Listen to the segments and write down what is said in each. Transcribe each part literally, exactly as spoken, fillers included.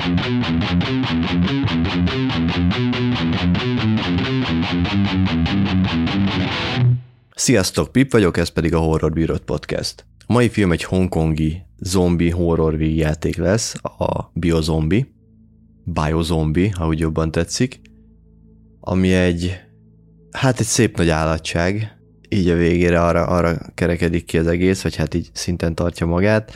Sziasztok, Pip vagyok, ez pedig a Horror Bírod Podcast. A mai film egy hongkongi zombi horror vígjáték lesz, a Biozombi, Biozombi, ha úgy jobban tetszik, ami egy, hát egy szép nagy állatság, így a végére arra, arra kerekedik ki az egész, vagy hát így szinten tartja magát.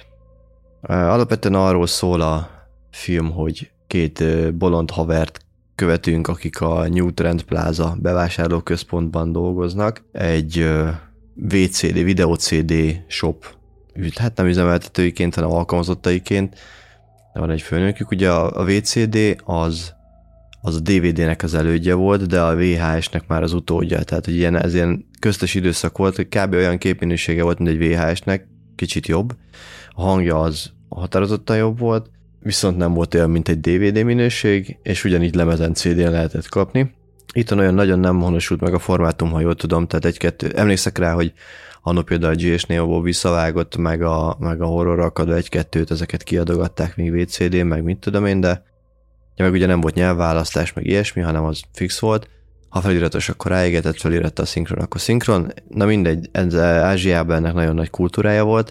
Alapvetően arról szól a film, hogy két bolond havert követünk, akik a New Trend Plaza bevásárlóközpontban dolgoznak. Egy vé cé dé, videó cé dé shop, hát nem üzemeltetőiként, hanem alkalmazottaiként. De van egy főnökük. Ugye a vé cé dé az, az a dé vé dé-nek az elődje volt, de a vé há es-nek már az utódja. Tehát, hogy ilyen, ez ilyen köztes időszak volt, hogy kb. Olyan képminősége volt, mint egy vé há es-nek, kicsit jobb. A hangja az határozottan jobb volt, viszont nem volt olyan, mint egy dé vé dé minőség, és ugyanígy lemezen cé dén lehetett kapni. Itt olyan nagyon nem honosult meg a formátum, ha jól tudom, tehát egy-kettő. Emlékszek rá, hogy anno például a G és Neo-ból visszavágott, meg a, meg a horror akadó egy-kettőt, ezeket kiadogatták még vé cé dén, meg mit tudom én, de ja, meg ugye nem volt nyelvválasztás, meg ilyesmi, hanem az fix volt. Ha feliratos, akkor ráégetett, feliratta a szinkron, akkor szinkron. Na mindegy, ez Ázsiában ennek nagyon nagy kultúrája volt,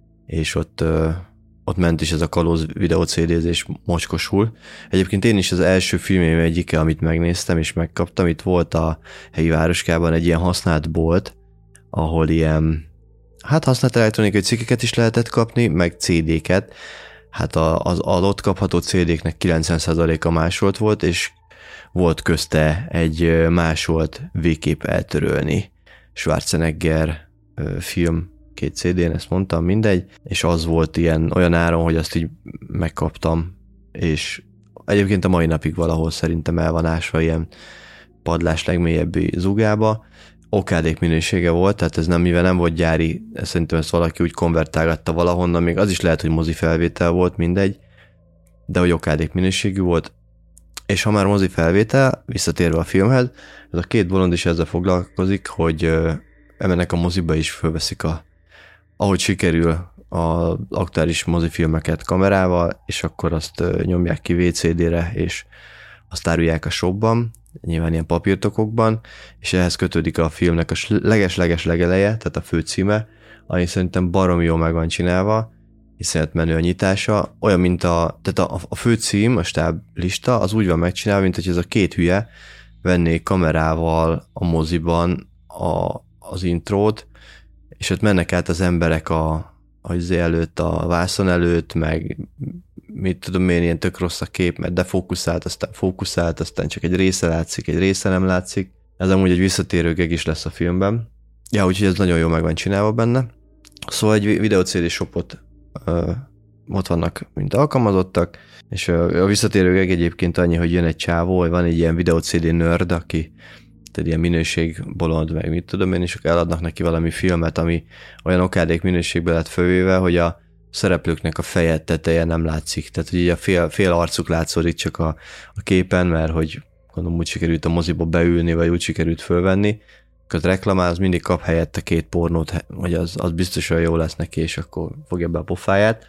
és ott ott ment is ez a kalóz videó cé dézés mocskosul. Egyébként én is az első filmém egyike, amit megnéztem és megkaptam, itt volt a helyi városkában egy ilyen használt bolt, ahol ilyen, hát használt elektronikai cikkeket is lehetett kapni, meg cé déket. Hát az, az ott kapható cé déknek kilencven százaléka másolt volt, és volt közte egy másolt végképp eltörölni Schwarzenegger film, két cé dén, ezt mondtam, mindegy, és az volt ilyen olyan áron, hogy azt így megkaptam, és egyébként a mai napig valahol szerintem el van ásva ilyen padlás legmélyebbi zugába. Okádék minősége volt, tehát ez nem, mivel nem volt gyári, szerintem ezt valaki úgy konvertálgatta valahonnan, még az is lehet, hogy mozi felvétel volt, mindegy, de hogy okádék minőségű volt, és ha már mozi felvétel, visszatérve a filmhez, ez a két bolond is ezzel foglalkozik, hogy emennek a moziba is fölveszik a ahogy sikerül az aktuális mozifilmeket kamerával, és akkor azt nyomják ki vé cé dére, és azt árulják a shopban, nyilván ilyen papírtokokban, és ehhez kötődik a filmnek a leges-leges legeleje, tehát a főcíme, ami szerintem baromi jól meg van csinálva, hiszen menő a nyitása, olyan, mint a, tehát a, a főcím, a stáb lista, az úgy van megcsinálva, mint hogy ez a két hülye vennék kamerával a moziban a, az intrót, és ott mennek át az emberek a, az előtt, a vászon előtt, meg mit tudom én, ilyen tök rossz a kép, mert defókuszált, aztán fókuszált, aztán csak egy része látszik, egy része nem látszik. Ez amúgy egy visszatérő geg is lesz a filmben. Ja, úgyhogy ez nagyon jól meg van csinálva benne. Szóval egy videó cé dé shopot ö, ott vannak, mint alkalmazottak, és a, a visszatérő geg egyébként annyi, hogy jön egy csávó, hogy van egy ilyen videó cé dé nerd, aki tehát ilyen minőség bolond, meg mit tudom én, és akkor eladnak neki valami filmet, ami olyan okádék minőségben lett fölvéve, hogy a szereplőknek a feje teteje nem látszik. Tehát, hogy így a fél, fél arcuk látszódik csak a, a képen, mert hogy gondolom úgy sikerült a moziba beülni, vagy úgy sikerült fölvenni. Akkor reklamál, az mindig kap helyette két pornót, hogy az, az biztosan jó lesz neki, és akkor fogja be a pofáját.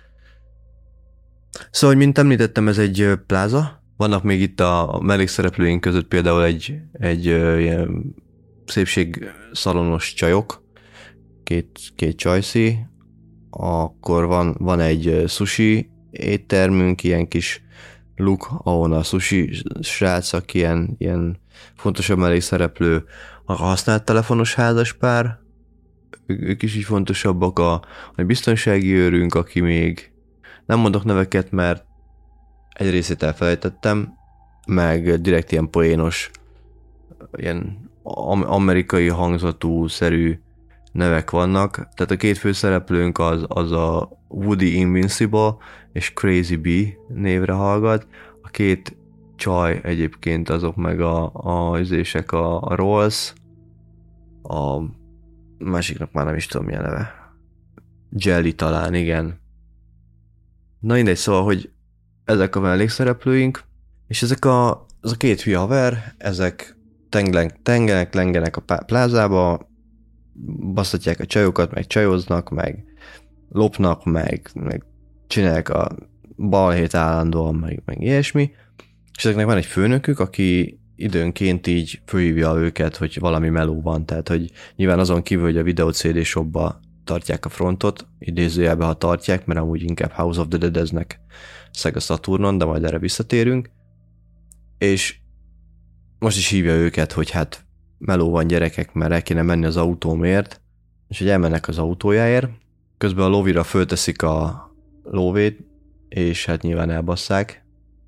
Szóval, mint említettem, ez egy pláza. Vannak még itt a mellékszereplőink között például egy, egy ilyen szépségszalonos csajok, két, két csajszi, akkor van, van egy sushi éttermünk, ilyen kis luk, ahol a sushi srác, aki ilyen, ilyen fontosabb mellékszereplő, a használt telefonos házaspár, ők is így fontosabbak, a, a biztonsági őrünk, aki még nem mondok neveket, mert egy részét elfelejtettem, meg direkt ilyen poénos, ilyen amerikai hangzatú szerű nevek vannak. Tehát a két főszereplőnk az, az a Woody Invincible és Crazy Bee névre hallgat. A két csaj egyébként azok meg a, a üzések a, a Rolls, a másiknak már nem is tudom milyen neve. Jelly talán, igen. Na mindegy, szóval, hogy ezek a mellékszereplőink, és ezek a, az a két hülye haver, ezek tenglenek, tengenek, lengenek a plázába, basztatják a csajokat, meg csajoznak, meg lopnak, meg, meg csinálják a balhét állandóan, meg, meg ilyesmi, és ezeknek van egy főnökük, aki időnként így fölhívja őket, hogy valami meló van, tehát hogy nyilván azon kívül, hogy a videó cé dé shopba tartják a frontot, idézőjelben, ha tartják, mert amúgy inkább House of the Dead-eznek Sega Saturnon, de majd erre visszatérünk, és most is hívja őket, hogy hát meló van gyerekek, mert el kéne menni az autómért, és hogy elmennek az autójáért, közben a lovira fölteszik a lóvét, és hát nyilván elbasszák.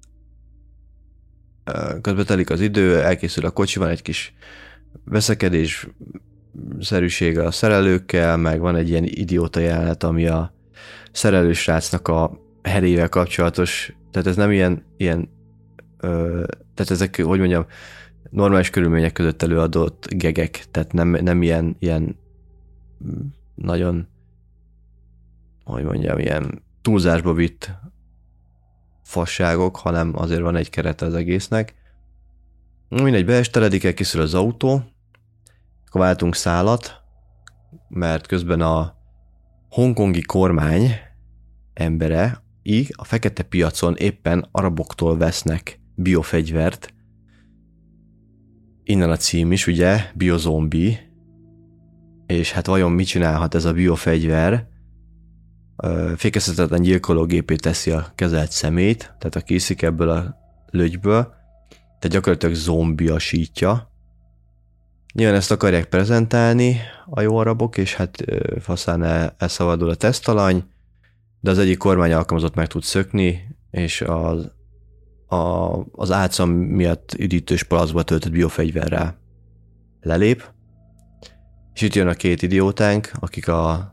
Közben telik az idő, elkészül a kocsi, van egy kis veszekedés szerűsége a szerelőkkel, meg van egy ilyen idióta jelenet, ami a szerelő srácnak a herével kapcsolatos, tehát ez nem ilyen, ilyen ö, tehát ezek, hogy mondjam, normális körülmények között előadott gegek, tehát nem, nem ilyen, ilyen nagyon, hogy mondjam, ilyen túlzásba vitt fasságok, hanem azért van egy kerete az egésznek. Mindegy, beesteledik, elkészül az autó, akkor váltunk szálat, mert közben a hongkongi kormány embere így a fekete piacon éppen araboktól vesznek biofegyvert. Innen a cím is, ugye, biozombi, és hát vajon mit csinálhat ez a biofegyver? Fékezhetetlen gyilkológépé teszi a kezelt szemét, tehát aki iszik ebből a lögyből, tehát gyakorlatilag zombiasítja. Nyilván ezt akarják prezentálni a jó arabok, és hát faszán el, elszabadul a tesztalany, de az egyik kormány alkalmazott meg tud szökni, és az, a, az álcam miatt üdítős palacba töltött biofegyverrel lelép, és itt jön a két idiótánk, akik a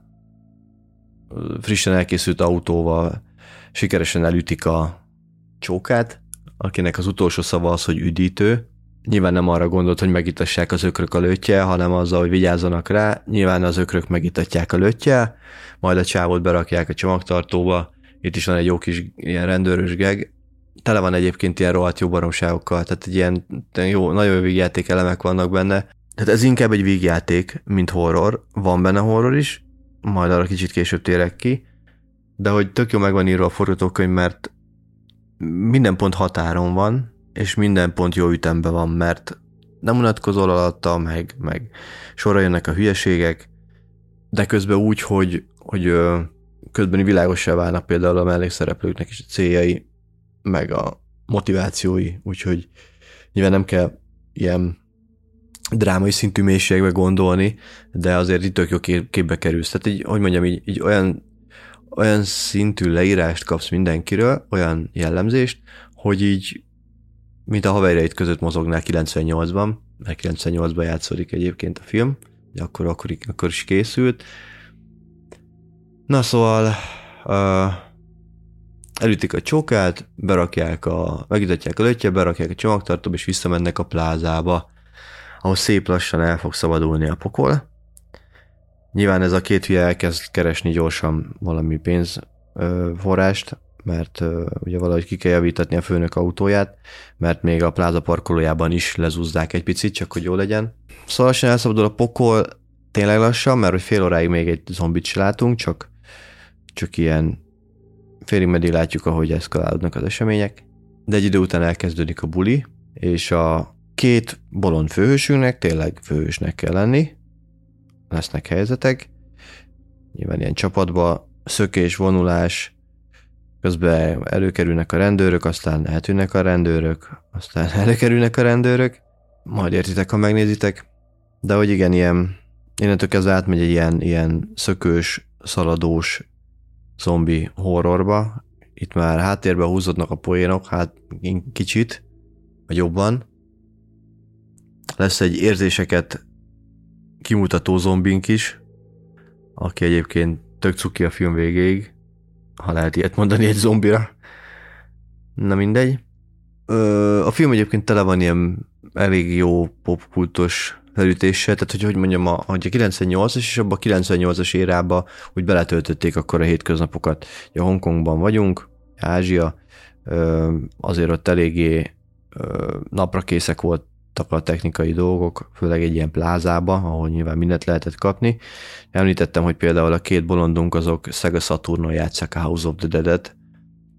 frissen elkészült autóval sikeresen elütik a csókát, akinek az utolsó szava az, hogy üdítő. Nyilván nem arra gondolt, hogy megitassák az ökrök a löttyel, hanem azzal, hogy vigyázzanak rá. Nyilván az ökrök megitatják a löttyel, majd a csávót berakják a csomagtartóba. Itt is van egy jó kis ilyen rendőrös geg. Tele van egyébként ilyen rohadt jó baromságokkal, tehát egy ilyen jó, nagyon jó vígjáték elemek vannak benne. Tehát ez inkább egy vígjáték, mint horror. Van benne horror is, majd arra kicsit később térek ki, de hogy tök jó meg van írva a forgatókönyv, mert minden pont határon van, és minden pont jó ütemben van, mert nem unatkozol alatta, meg, meg sorra jönnek a hülyeségek, de közben úgy, hogy, hogy közbeni világossá válnak például a mellékszereplőknek is a céljai, meg a motivációi, úgyhogy nyilván nem kell ilyen drámai szintű mélységbe gondolni, de azért itt tök jó képbe kerülsz. Tehát így, hogy mondjam, így, így olyan, olyan szintű leírást kapsz mindenkiről, olyan jellemzést, hogy így, mint a haverjaid között mozognál kilencvennyolcban, mert kilencvennyolcban játszódik egyébként a film, akkor, akkor, akkor is készült. Na szóval uh, elütik a csókát, berakják a, megütetják a löttyet, berakják a csomagtartóba, és visszamennek a plázába, ahol szép lassan el fog szabadulni a pokol. Nyilván ez a két hülye elkezd keresni gyorsan valami pénzforrást, mert ö, ugye valahogy ki kell javítatni a főnök autóját, mert még a pláza parkolójában is lezúzzák egy picit, csak hogy jó legyen. Szóval lassan elszabadul a pokol, tényleg lassan, mert hogy fél óráig még egy zombit se látunk, csak, csak ilyen félig meddig látjuk, ahogy eszkalálódnak az események. De egy idő után elkezdődik a buli, és a két bolond főhősünknek tényleg főhősnek kell lenni, lesznek helyzetek, nyilván ilyen csapatba, szökés, vonulás, közben előkerülnek a rendőrök, aztán eltűnnek a rendőrök, aztán előkerülnek a rendőrök, majd értitek, ha megnézitek, de hogy igen, ilyen, innentől kezdve átmegy egy ilyen, ilyen szökős, szaladós zombi horrorba, itt már háttérben húzódnak a poénok, hát kicsit, vagy jobban. Lesz egy érzéseket kimutató zombink is, aki egyébként tök cuki a film végéig, ha lehet ilyet mondani egy zombira. Na mindegy. Ö, a film egyébként tele van ilyen elég jó popkultos felütéssel, tehát hogy, hogy mondjam, a, hogy a kilencvennyolcas és abban a kilencvennyolcas érába úgy beletöltötték akkor a hétköznapokat. Ja, Hongkongban vagyunk, Ázsia, ö, azért ott eléggé ö, napra készek voltak a technikai dolgok, főleg egy ilyen plázába, ahol nyilván mindent lehetett kapni. Említettem, hogy például a két bolondunk azok Sega Saturnon játsszák a House of the Dead-et,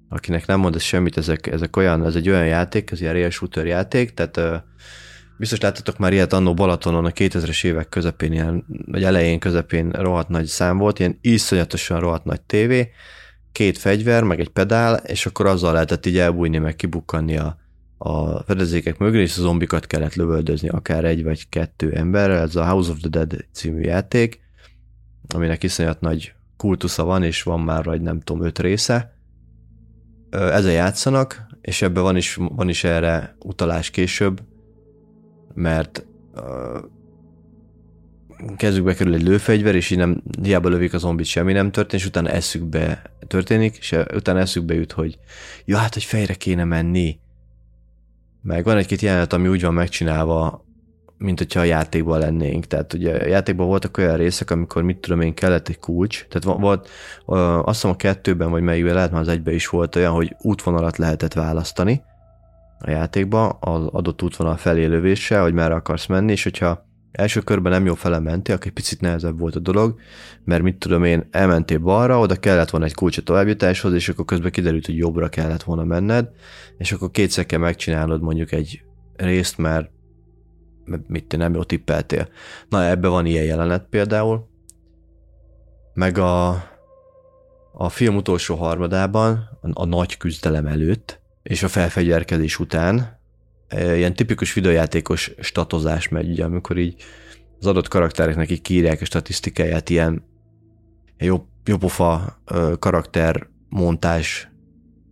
akinek nem mond ez semmit, ezek, ezek olyan, ez egy olyan játék, ez ilyen real shooter játék, tehát ö, biztos láttatok már ilyet annó Balatonon a kétezres évek közepén, ilyen, vagy elején közepén rohadt nagy szám volt, ilyen iszonyatosan rohadt nagy tévé, két fegyver, meg egy pedál, és akkor azzal lehetett így elbújni, meg kibukkanni a, a fedezékek mögé, és a zombikat kellett lövöldözni, akár egy vagy kettő emberrel. Ez a House of the Dead című játék, aminek iszonyat nagy kultusza van, és van már, vagy nem tudom, öt része. Ezzel játszanak, és ebben van is, van is erre utalás később, mert uh, kezükbe kerül egy lőfegyver, és így nem, hiába lövik a zombit, semmi nem történik, és utána eszükbe történik, és utána eszükbe jut, hogy jó, hát, hogy fejre kéne menni. Meg van egy-két jelenet, ami úgy van megcsinálva, mint hogyha a játékban lennénk. Tehát ugye a játékban voltak olyan részek, amikor mit tudom én, kellett egy kulcs. Tehát volt, azt hiszem a kettőben, vagy melyikben, lehet már az egyben is volt olyan, hogy útvonalat lehetett választani a játékba, az adott útvonal felé lövéssel, hogy merre akarsz menni, és hogyha első körben nem jó fele mentél, akkor egy picit nehezebb volt a dolog, mert mit tudom én, elmentél balra, oda kellett volna egy kulcs a továbbjutáshoz, és akkor közben kiderült, hogy jobbra kellett volna menned, és akkor kétszer kell megcsinálnod mondjuk egy részt, mert mit te nem jó tippeltél. Na, ebben van ilyen jelenet például. Meg a, a film utolsó harmadában, a, a nagy küzdelem előtt, és a felfegyverkezés után ilyen tipikus videójátékos statozás megy, ugye, amikor így az adott karaktereknek így kiírják a statisztikáját, ilyen jó, jópofa karaktermontás,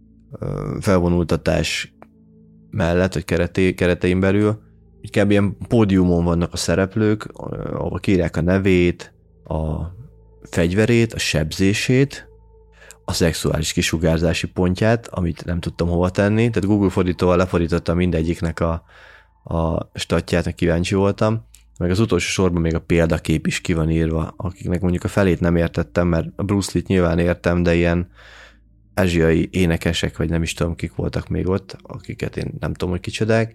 felvonultatás mellett, vagy kereté, keretein belül, így kb. Ilyen pódiumon vannak a szereplők, ahol kiírják a nevét, a fegyverét, a sebzését, a szexuális kisugárzási pontját, amit nem tudtam hova tenni, tehát Google fordítóval lefordítottam mindegyiknek a, a statját, meg kíváncsi voltam, meg az utolsó sorban még a példakép is ki van írva, akiknek mondjuk a felét nem értettem, mert a Bruce Lee-t nyilván értem, de ilyen ázsiai énekesek, vagy nem is tudom, kik voltak még ott, akiket én nem tudom, hogy kicsodák,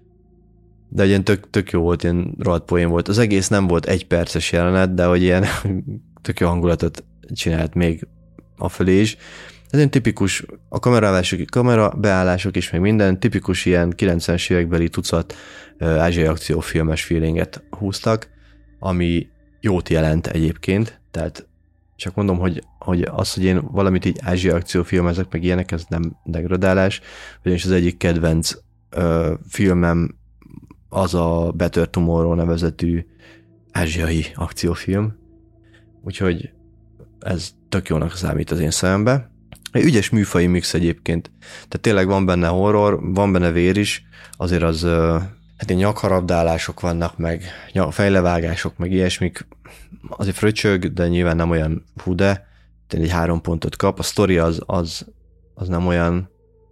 de ilyen tök, tök jó volt, ilyen rohadt poén volt. Az egész nem volt egy perces jelenet, de hogy ilyen tök jó hangulatot csinált még afölé is. Ez ilyen tipikus, a kamerávások, kamerabeállások is, meg minden tipikus ilyen kilencvenes évekbeli tucat ázsiai akciófilmes feelinget húztak, ami jót jelent egyébként, tehát csak mondom, hogy, hogy az, hogy én valamit így ázsiai akciófilmezek, meg ilyenek, ez nem degradálás, ugyanis az egyik kedvenc ö, filmem az a Better Tomorrow nevezetű ázsiai akciófilm, úgyhogy ez tök jónak számít az én szemembe. Egy ügyes műfaji mix egyébként, tehát tényleg van benne horror, van benne vér is, azért az hát ilyen nyakharabdálások vannak, meg fejlevágások, meg ilyesmik, azért fröcsög, de nyilván nem olyan hú, de egy három pontot kap, a sztori az, az, az nem olyan,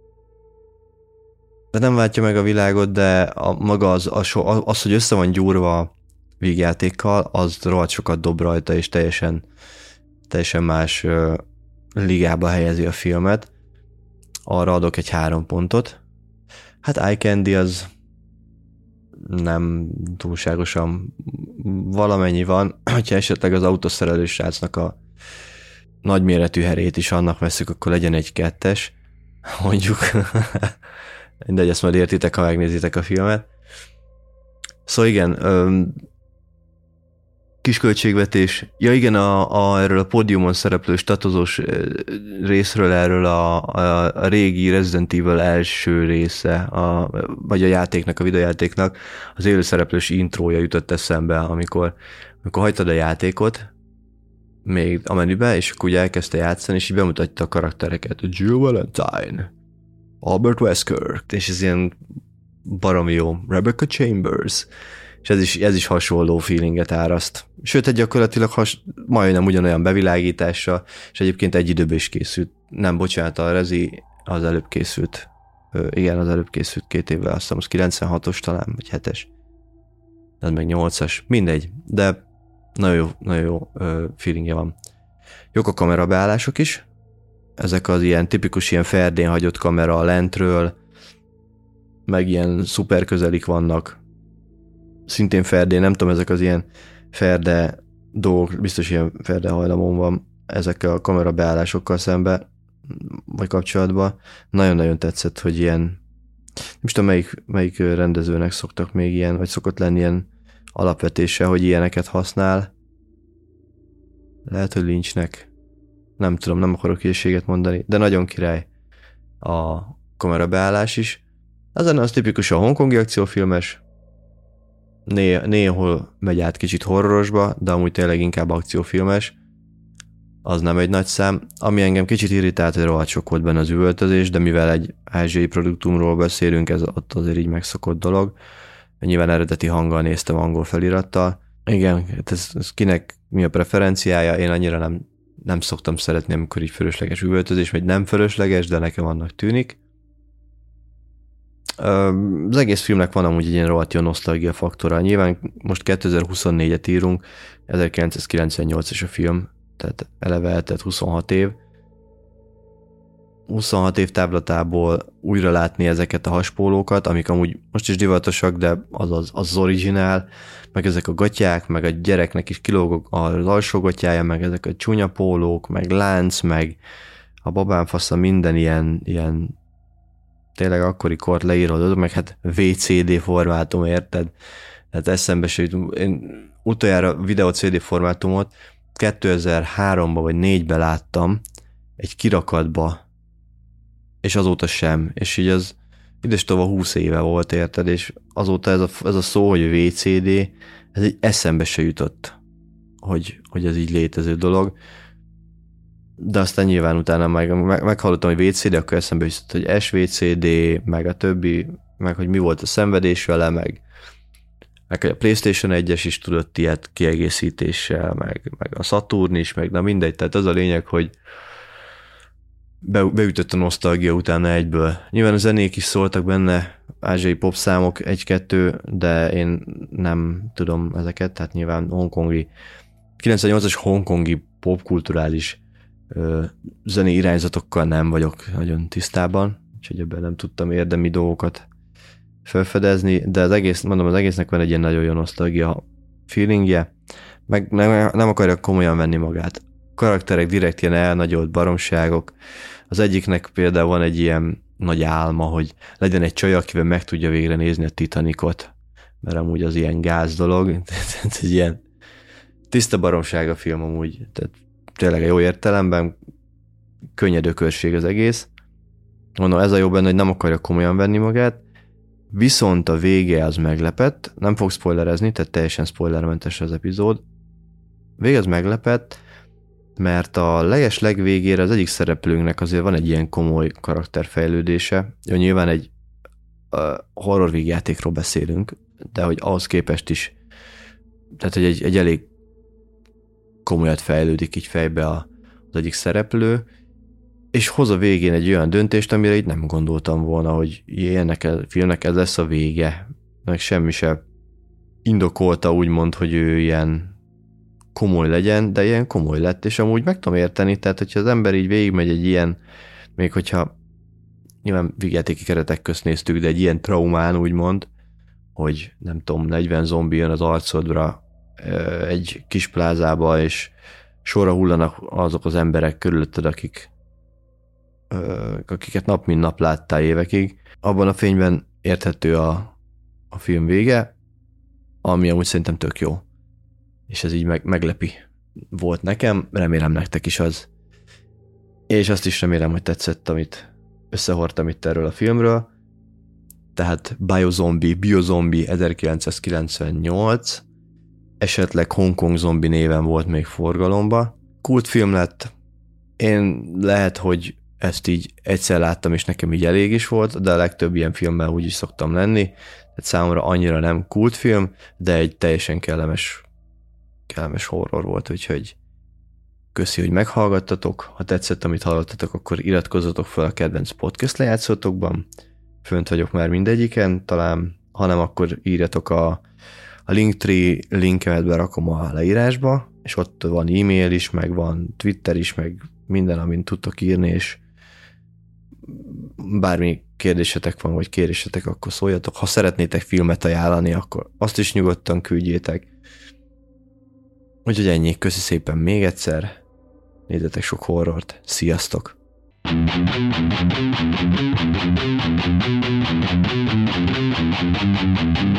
de nem váltja meg a világot, de a, maga az, az, az, hogy össze van gyúrva vígjátékkal, az rohadt sokat dob rajta, és teljesen, teljesen más uh, ligába helyezi a filmet. Arra adok egy három pontot. Hát Eye Candy az nem túlságosan valamennyi van, hogyha esetleg az autószerelős srácnak a nagyméretű herét is annak veszük, akkor legyen egy kettes, mondjuk. Mindegy, ezt majd értitek, ha megnézitek a filmet. Szóval igen, öm, kis költségvetés. Ja igen, a, a, erről a pódiumon szereplő statozós részről, erről a, a, a régi Resident Evil első része, a, vagy a játéknak, a videójátéknak az élőszereplős intrója jutott eszembe, amikor, amikor hagytad a játékot, még a menübe, és akkor ugye elkezdte játszani, és így bemutatta a karaktereket. Jill Valentine, Albert Wesker, és ez ilyen baromi jó. Rebecca Chambers, és ez is, ez is hasonló feelinget áraszt. Sőt, egy gyakorlatilag has, majdnem ugyanolyan bevilágítással, és egyébként egy időben is készült. Nem, bocsánat, a Rezi az előbb készült. Ö, igen, az előbb készült két évvel, azt hiszem, az kilencvenhatos talán, vagy hetes. Ez meg nyolcas, mindegy, de nagyon jó, nagyon jó ö, feelingje van. Jók a kamerabeállások is, ezek az ilyen tipikus ilyen ferdén hagyott kamera a lentről, meg ilyen szuper közelik vannak, szintén ferdén, nem tudom, ezek az ilyen ferde dolgok, biztos ilyen ferde hajlamon van ezekkel a kamerabeállásokkal szemben, vagy kapcsolatban. Nagyon-nagyon tetszett, hogy ilyen, nem is tudom, melyik, melyik rendezőnek szoktak még ilyen, vagy szokott lenni ilyen alapvetése, hogy ilyeneket használ. Lehet, hogy Lynchnek. Nem tudom, nem akarok hülyeséget mondani, de nagyon király a kamerabeállás is. Az lenne az tipikus a hongkongi akciófilmes, Né- néhol megy át kicsit horrorosba, de amúgy tényleg inkább akciófilmes. Az nem egy nagy szám. Ami engem kicsit irritált, hogy rohadt sok volt benne az üvöltözés, de mivel egy ázsiai produktumról beszélünk, ez ott azért így megszokott dolog. Nyilván eredeti hanggal néztem angol felirattal. Igen, ez, ez kinek mi a preferenciája, én annyira nem, nem szoktam szeretni, amikor így fölösleges üvöltözés, vagy nem fölösleges, de nekem annak tűnik. Az egész filmnek van amúgy egy ilyen rohadt jó nosztalgia faktora. Nyilván most kétezer-huszonnégyet írunk, ezerkilencszázkilencvennyolcas a film, tehát eleve eltelt huszonhat év. huszonhat év távlatából újra látni ezeket a haspólókat, amik amúgy most is divatosak, de az az, az, az originál, meg ezek a gatyák, meg a gyereknek is kilógok az alsó gatyája, meg ezek a csúnya pólók, meg lánc, meg a babánfasza, minden ilyen, ilyen tényleg akkori kort leírod, meg hát vé cé dé formátum, érted? Tehát eszembe se jut. Én utoljára videó cé dé formátumot kétezer-háromban vagy négyben láttam, egy kirakatba, és azóta sem. És így az ides tova húsz éve volt, érted? És azóta ez a, ez a szó, hogy vé cé dé, ez egy eszembe se jutott, hogy, hogy ez így létező dolog. De aztán nyilván utána meg, meg, meghallottam, hogy vé cé dé, akkor eszembe jutott, hogy es vé cé dé, meg a többi, meg hogy mi volt a szenvedés vele, meg, meg a PlayStation egyes is tudott ilyet kiegészítéssel, meg, meg a Saturn is, meg na mindegy, tehát az a lényeg, hogy be, beütött a nosztalgia utána egyből. Nyilván a zenék is szóltak benne, ázsiai popszámok egy-kettő, de én nem tudom ezeket, tehát nyilván hongkongi, kilencvennyolcas hongkongi popkulturális zenei irányzatokkal nem vagyok nagyon tisztában, úgyhogy ebben nem tudtam érdemi dolgokat felfedezni, de az egész, mondom, az egésznek van egy ilyen nagyon jó nosztalgia feelingje, meg nem, nem akarja komolyan venni magát. A karakterek direkt ilyen elnagyolt baromságok. Az egyiknek például van egy ilyen nagy álma, hogy legyen egy csaj, akivel meg tudja végre nézni a Titanicot, mert amúgy az ilyen gáz dolog, tehát egy ilyen tiszta baromság a film amúgy, tehát tényleg a jó értelemben könnyed ökörség az egész. Mondom, ez a jó benne, hogy nem akarja komolyan venni magát, viszont a vége az meglepett, nem fog spoilerezni, tehát teljesen spoilermentes az epizód. Vége az meglepett, mert a leges legvégére az egyik szereplőnknek azért van egy ilyen komoly karakterfejlődése. Jó, nyilván egy uh, horror vígjátékról beszélünk, de hogy ahhoz képest is, tehát hogy egy, egy elég komolyat fejlődik így fejbe a, az egyik szereplő, és hoz a végén egy olyan döntést, amire így nem gondoltam volna, hogy ennek a filmnek ez lesz a vége. Meg semmi se indokolta úgymond, hogy ő ilyen komoly legyen, de ilyen komoly lett, és amúgy meg tudom érteni, tehát hogyha az ember így végigmegy egy ilyen, még hogyha nyilván vígjátéki keretek közt néztük, de egy ilyen traumán úgymond, hogy nem tudom, negyven zombi jön az arcodra egy kis plázába, és sorra hullanak azok az emberek körülötted, akik, akiket nap mint nap láttál évekig. Abban a fényben érthető a, a film vége, ami amúgy szerintem tök jó. És ez így meg, meglepi volt nekem, remélem nektek is az. És azt is remélem, hogy tetszett, amit összehordtam itt erről a filmről. Tehát Biozombie, Biozombie ezerkilencszázkilencvennyolc, esetleg Hongkong zombi néven volt még forgalomba. Kultfilm lett. Én lehet, hogy ezt így egyszer láttam, és nekem így elég is volt, de a legtöbb ilyen filmmel úgy is szoktam lenni. Tehát számomra annyira nem kultfilm, de egy teljesen kellemes, kellemes horror volt, úgyhogy köszi, hogy meghallgattatok. Ha tetszett, amit hallottatok, akkor iratkozzatok fel a kedvenc podcast lejátszótokban. Fönt vagyok már mindegyiken, talán, ha nem, akkor írjatok a, a Linktree linkemet berakom a leírásba, és ott van e-mail is, meg van Twitter is, meg minden, amint tudtok írni, és bármi kérdésetek van, vagy kérésetek, akkor szóljatok. Ha szeretnétek filmet ajánlani, akkor azt is nyugodtan küldjétek. Úgyhogy ennyi, köszi szépen még egyszer, nézzetek sok horrort, sziasztok! Thank you.